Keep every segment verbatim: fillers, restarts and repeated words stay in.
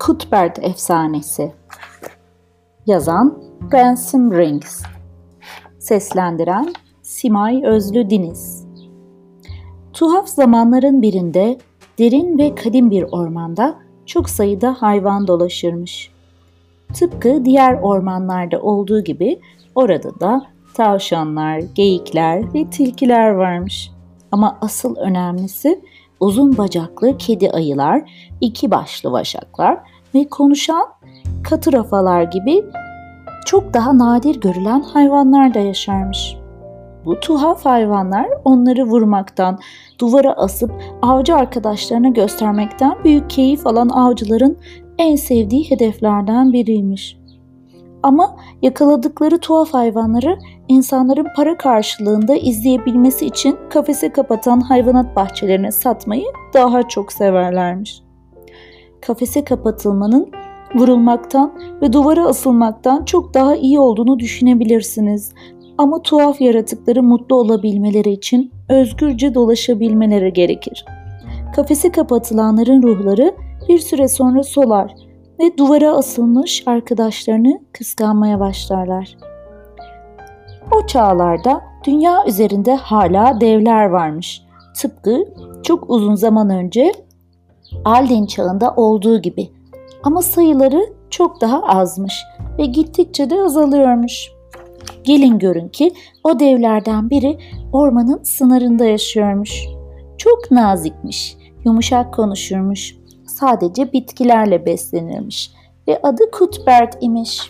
Cuthbert Efsanesi. Yazan Ransom Rings. Seslendiren Simay Özlü Diniz. Tuhaf zamanların birinde derin ve kadim bir ormanda çok sayıda hayvan dolaşırmış. Tıpkı diğer ormanlarda olduğu gibi orada da tavşanlar, geyikler ve tilkiler varmış. Ama asıl önemlisi uzun bacaklı kedi ayılar, iki başlı vaşaklar ve konuşan katırafalar gibi çok daha nadir görülen hayvanlar da yaşarmış. Bu tuhaf hayvanlar onları vurmaktan, duvara asıp avcı arkadaşlarına göstermekten büyük keyif alan avcıların en sevdiği hedeflerden biriymiş. Ama yakaladıkları tuhaf hayvanları insanların para karşılığında izleyebilmesi için kafese kapatan hayvanat bahçelerine satmayı daha çok severlermiş. Kafese kapatılmanın vurulmaktan ve duvara asılmaktan çok daha iyi olduğunu düşünebilirsiniz. Ama tuhaf yaratıkları mutlu olabilmeleri için özgürce dolaşabilmeleri gerekir. Kafese kapatılanların ruhları bir süre sonra solar ve duvara asılmış arkadaşlarını kıskanmaya başlarlar. O çağlarda dünya üzerinde hala devler varmış. Tıpkı çok uzun zaman önce Alden çağında olduğu gibi. Ama sayıları çok daha azmış ve gittikçe de azalıyormuş. Gelin görün ki o devlerden biri ormanın sınırında yaşıyormuş. Çok nazikmiş, yumuşak konuşurmuş. Sadece bitkilerle beslenirmiş ve adı Cuthbert imiş.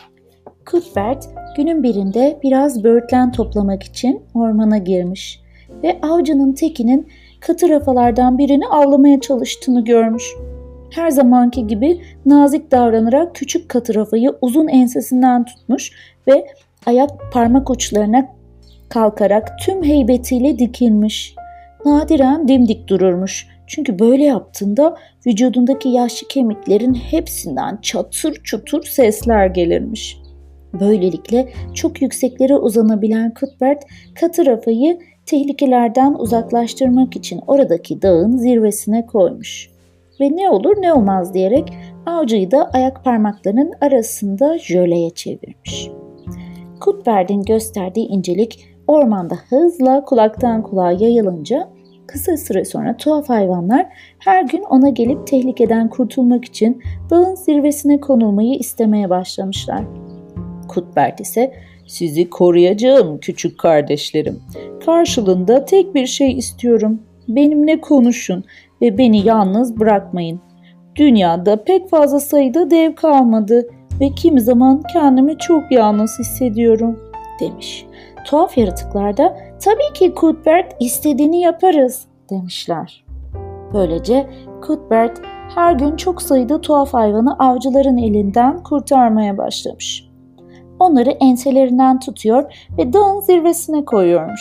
Cuthbert günün birinde biraz böğürtlen toplamak için ormana girmiş ve avcının tekinin katırafalardan birini avlamaya çalıştığını görmüş. Her zamanki gibi nazik davranarak küçük katırafayı uzun ensesinden tutmuş ve ayak parmak uçlarına kalkarak tüm heybetiyle dikilmiş. Nadiren dimdik dururmuş. Çünkü böyle yaptığında vücudundaki yaşlı kemiklerin hepsinden çatır çutur sesler gelirmiş. Böylelikle çok yükseklere uzanabilen Cuthbert katırafayı tehlikelerden uzaklaştırmak için oradaki dağın zirvesine koymuş. Ve ne olur ne olmaz diyerek avcıyı da ayak parmaklarının arasında jöleye çevirmiş. Cuthbert'in gösterdiği incelik ormanda hızla kulaktan kulağa yayılınca kısa süre sonra tuhaf hayvanlar her gün ona gelip tehlikeden kurtulmak için dağın zirvesine konulmayı istemeye başlamışlar. Cuthbert ise "Sizi koruyacağım küçük kardeşlerim. Karşılığında tek bir şey istiyorum. Benimle konuşun ve beni yalnız bırakmayın. Dünyada pek fazla sayıda dev kalmadı ve kimi zaman kendimi çok yalnız hissediyorum," demiş. Tuhaf yaratıklar da "Tabii ki Cuthbert, istediğini yaparız," demişler. Böylece Cuthbert her gün çok sayıda tuhaf hayvanı avcıların elinden kurtarmaya başlamış. Onları enselerinden tutuyor ve dağın zirvesine koyuyormuş.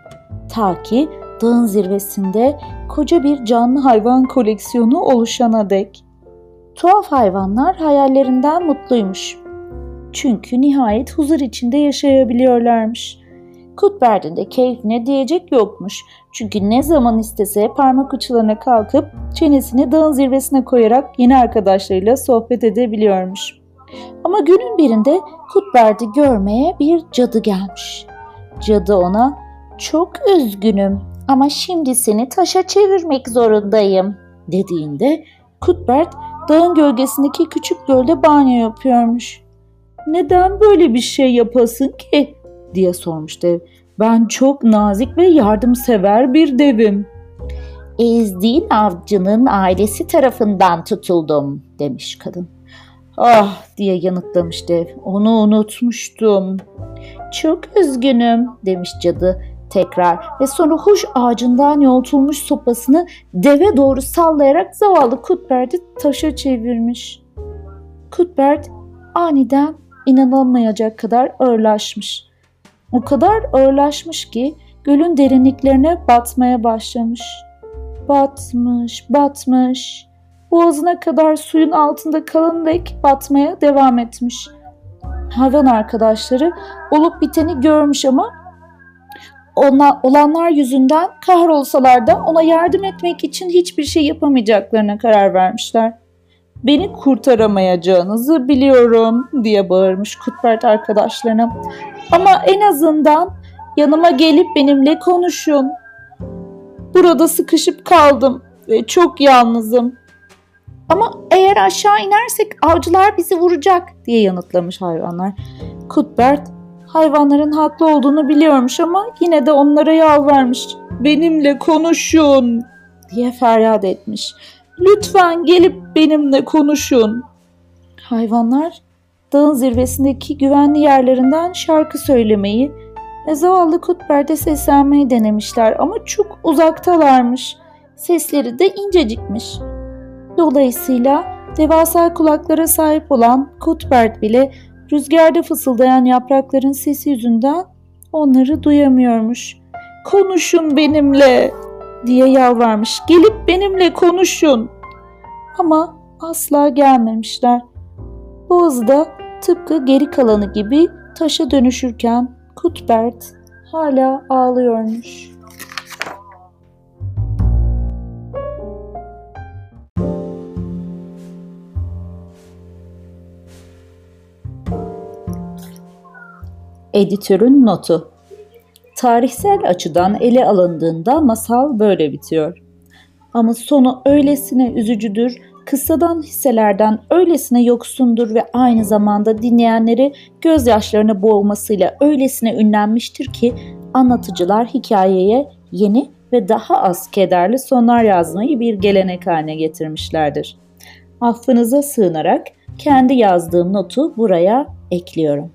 Ta ki dağın zirvesinde koca bir canlı hayvan koleksiyonu oluşana dek. Tuhaf hayvanlar hayallerinden mutluymuş. Çünkü nihayet huzur içinde yaşayabiliyorlarmış. Cuthbert'in de keyfine diyecek yokmuş. Çünkü ne zaman istese parmak uçlarına kalkıp çenesini dağın zirvesine koyarak yeni arkadaşlarıyla sohbet edebiliyormuş. Ama günün birinde Cuthbert'i görmeye bir cadı gelmiş. Cadı ona "Çok üzgünüm ama şimdi seni taşa çevirmek zorundayım," dediğinde Cuthbert dağın gölgesindeki küçük gölde banyo yapıyormuş. "Neden böyle bir şey yapasın ki?" diye sormuş dev. "Ben çok nazik ve yardımsever bir devim." "Ezdiğin avcının ailesi tarafından tutuldum," demiş kadın. "Ah," diye yanıtlamış dev. "Onu unutmuştum." "Çok üzgünüm," demiş cadı tekrar ve sonra huş ağacından yoğrultulmuş sopasını deve doğru sallayarak zavallı Cuthbert'i taşa çevirmiş. Cuthbert aniden inanılmayacak kadar ağırlaşmış. O kadar ağırlaşmış ki gölün derinliklerine batmaya başlamış. Batmış, batmış. Boğazına kadar suyun altında kalın dek batmaya devam etmiş. Hayvan arkadaşları olup biteni görmüş ama ona, olanlar yüzünden kahrolsalar da ona yardım etmek için hiçbir şey yapamayacaklarına karar vermişler. Beni kurtaramayacağınızı biliyorum diye bağırmış Cuthbert arkadaşlarına. Ama en azından yanıma gelip benimle konuşun. Burada sıkışıp kaldım ve çok yalnızım. Ama eğer aşağı inersek avcılar bizi vuracak diye yanıtlamış hayvanlar. Cuthbert hayvanların haklı olduğunu biliyormuş ama yine de onlara yalvarmış. Benimle konuşun diye feryat etmiş. Lütfen gelip benimle konuşun. Hayvanlar dağın zirvesindeki güvenli yerlerinden şarkı söylemeyi ve zavallı Cuthbert'e seslenmeyi denemişler ama çok uzaktalarmış. Sesleri de incecikmiş. Dolayısıyla devasa kulaklara sahip olan Cuthbert bile rüzgarda fısıldayan yaprakların sesi yüzünden onları duyamıyormuş. Konuşun benimle diye yalvarmış. Gelip benimle konuşun. Ama asla gelmemişler. Boğazı da tıpkı geri kalanı gibi taşa dönüşürken Cuthbert hala ağlıyormuş. Editörün notu: tarihsel açıdan ele alındığında masal böyle bitiyor. Ama sonu öylesine üzücüdür, kıssadan hisselerden öylesine yoksundur ve aynı zamanda dinleyenleri gözyaşlarına boğmasıyla öylesine ünlenmiştir ki anlatıcılar hikayeye yeni ve daha az kederli sonlar yazmayı bir gelenek haline getirmişlerdir. Affınıza sığınarak kendi yazdığım notu buraya ekliyorum.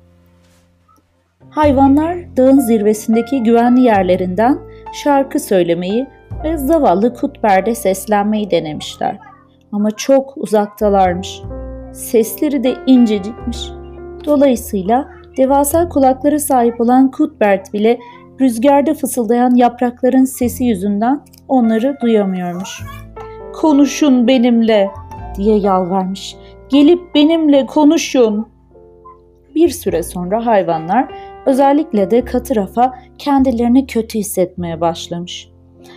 Hayvanlar dağın zirvesindeki güvenli yerlerinden şarkı söylemeyi ve zavallı Cuthbert'e seslenmeyi denemişler. Ama çok uzaktalarmış. Sesleri de incecikmiş. Dolayısıyla devasa kulaklara sahip olan Cuthbert bile rüzgarda fısıldayan yaprakların sesi yüzünden onları duyamıyormuş. Konuşun benimle diye yalvarmış. Gelip benimle konuşun. Bir süre sonra hayvanlar, özellikle de Katırafa, kendilerini kötü hissetmeye başlamış.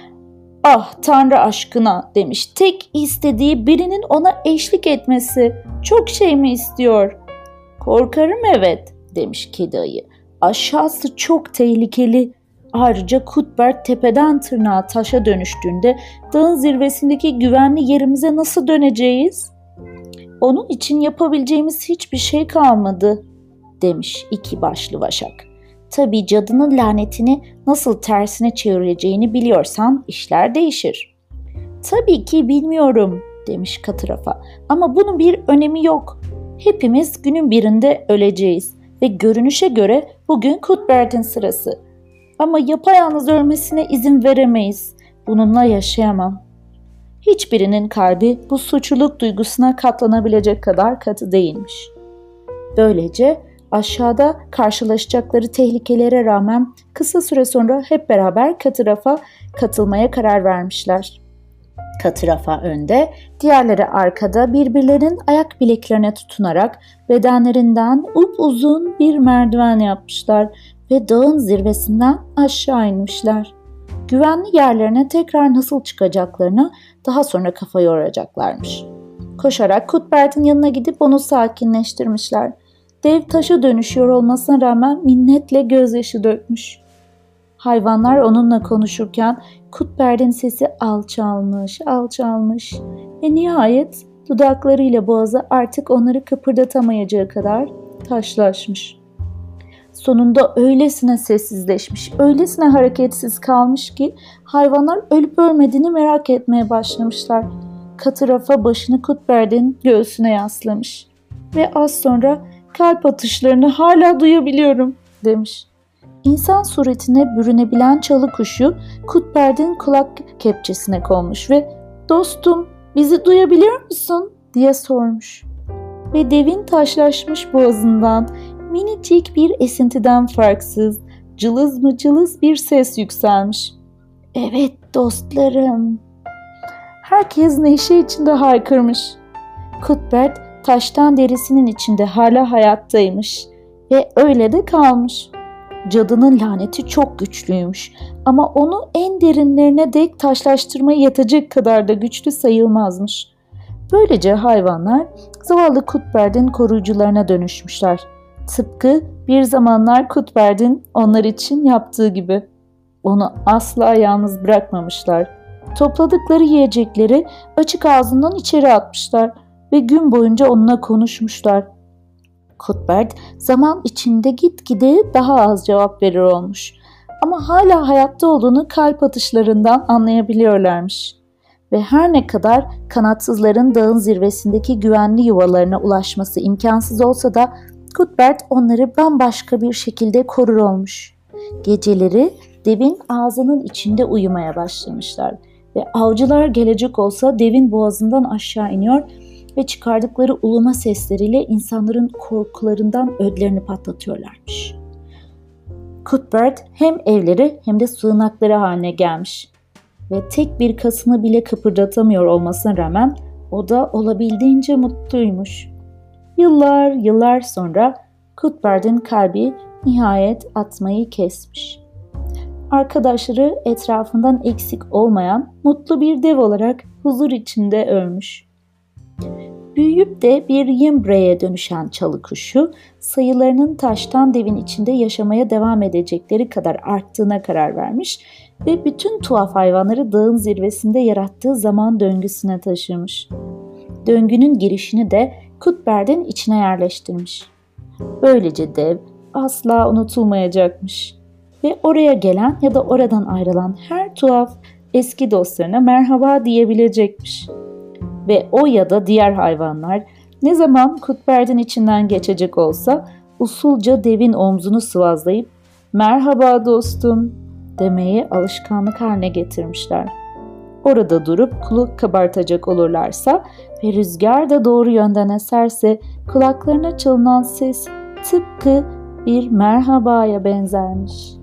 Ah Tanrı aşkına demiş, tek istediği birinin ona eşlik etmesi. Çok şey mi istiyor? Korkarım evet demiş kedi ayı. Aşağısı çok tehlikeli. Ayrıca Cuthbert tepeden tırnağa taşa dönüştüğünde dağın zirvesindeki güvenli yerimize nasıl döneceğiz? Onun için yapabileceğimiz hiçbir şey kalmadı demiş iki başlı vaşak. Tabii cadının lanetini nasıl tersine çevireceğini biliyorsan işler değişir. Tabii ki bilmiyorum demiş Katırafa, ama bunun bir önemi yok. Hepimiz günün birinde öleceğiz ve görünüşe göre bugün Cuthbert'in sırası. Ama yapayalnız ölmesine izin veremeyiz. Bununla yaşayamam. Hiçbirinin kalbi bu suçluluk duygusuna katlanabilecek kadar katı değilmiş. Böylece aşağıda karşılaşacakları tehlikelere rağmen kısa süre sonra hep beraber Katırafa katılmaya karar vermişler. Katırafa önde, diğerleri arkada birbirlerinin ayak bileklerine tutunarak bedenlerinden upuzun bir merdiven yapmışlar ve dağın zirvesinden aşağı inmişler. Güvenli yerlerine tekrar nasıl çıkacaklarına daha sonra kafa yoracaklarmış. Koşarak Cuthbert'in yanına gidip onu sakinleştirmişler. Dev taşa dönüşüyor olmasına rağmen minnetle gözyaşı dökmüş. Hayvanlar onunla konuşurken Cuthbert'in sesi alçalmış, alçalmış ve nihayet dudaklarıyla boğazı artık onları kıpırdatamayacağı kadar taşlaşmış. Sonunda öylesine sessizleşmiş, öylesine hareketsiz kalmış ki hayvanlar ölüp ölmediğini merak etmeye başlamışlar. Katırafa başını Cuthbert'in göğsüne yaslamış ve az sonra kalp atışlarını hala duyabiliyorum demiş. İnsan suretine bürünebilen çalı kuşu Cuthbert'in kulak kepçesine konmuş ve "Dostum, bizi duyabiliyor musun?" diye sormuş. Ve devin taşlaşmış boğazından minicik bir esintiden farksız, cılız mı cılız bir ses yükselmiş. "Evet dostlarım." Herkes neşe içinde haykırmış. Cuthbert taştan derisinin içinde hala hayattaymış ve öyle de kalmış. Cadının laneti çok güçlüymüş ama onu en derinlerine dek taşlaştırmaya yetecek kadar da güçlü sayılmazmış. Böylece hayvanlar zavallı Cuthbert'in koruyucularına dönüşmüşler. Tıpkı bir zamanlar Cuthbert'in onlar için yaptığı gibi. Onu asla yalnız bırakmamışlar. Topladıkları yiyecekleri açık ağzından içeri atmışlar ve gün boyunca onunla konuşmuşlar. Cuthbert zaman içinde gitgide daha az cevap verir olmuş. Ama hala hayatta olduğunu kalp atışlarından anlayabiliyorlarmış. Ve her ne kadar kanatsızların dağın zirvesindeki güvenli yuvalarına ulaşması imkansız olsa da Cuthbert onları bambaşka bir şekilde korur olmuş. Geceleri devin ağzının içinde uyumaya başlamışlar ve avcılar gelecek olsa devin boğazından aşağı iniyor ve çıkardıkları uluma sesleriyle insanların korkularından ödlerini patlatıyorlarmış. Cuthbert hem evleri hem de sığınakları haline gelmiş ve tek bir kasını bile kıpırdatamıyor olmasına rağmen o da olabildiğince mutluymuş. Yıllar yıllar sonra Cuthbert'in kalbi nihayet atmayı kesmiş. Arkadaşları etrafından eksik olmayan mutlu bir dev olarak huzur içinde ölmüş. Büyüyüp de bir yembreye dönüşen çalı kuşu sayılarının taştan devin içinde yaşamaya devam edecekleri kadar arttığına karar vermiş ve bütün tuhaf hayvanları dağın zirvesinde yarattığı zaman döngüsüne taşımış. Döngünün girişini de Cuthbert'in içine yerleştirmiş. Böylece dev asla unutulmayacakmış ve oraya gelen ya da oradan ayrılan her tuhaf eski dostlarına merhaba diyebilecekmiş. Ve o ya da diğer hayvanlar ne zaman Cuthbert'in içinden geçecek olsa usulca devin omzunu sıvazlayıp merhaba dostum demeyi alışkanlık haline getirmişler. Orada durup kulak kabartacak olurlarsa ve rüzgar da doğru yönden eserse kulaklarına çalınan ses tıpkı bir merhabaya benzermiş.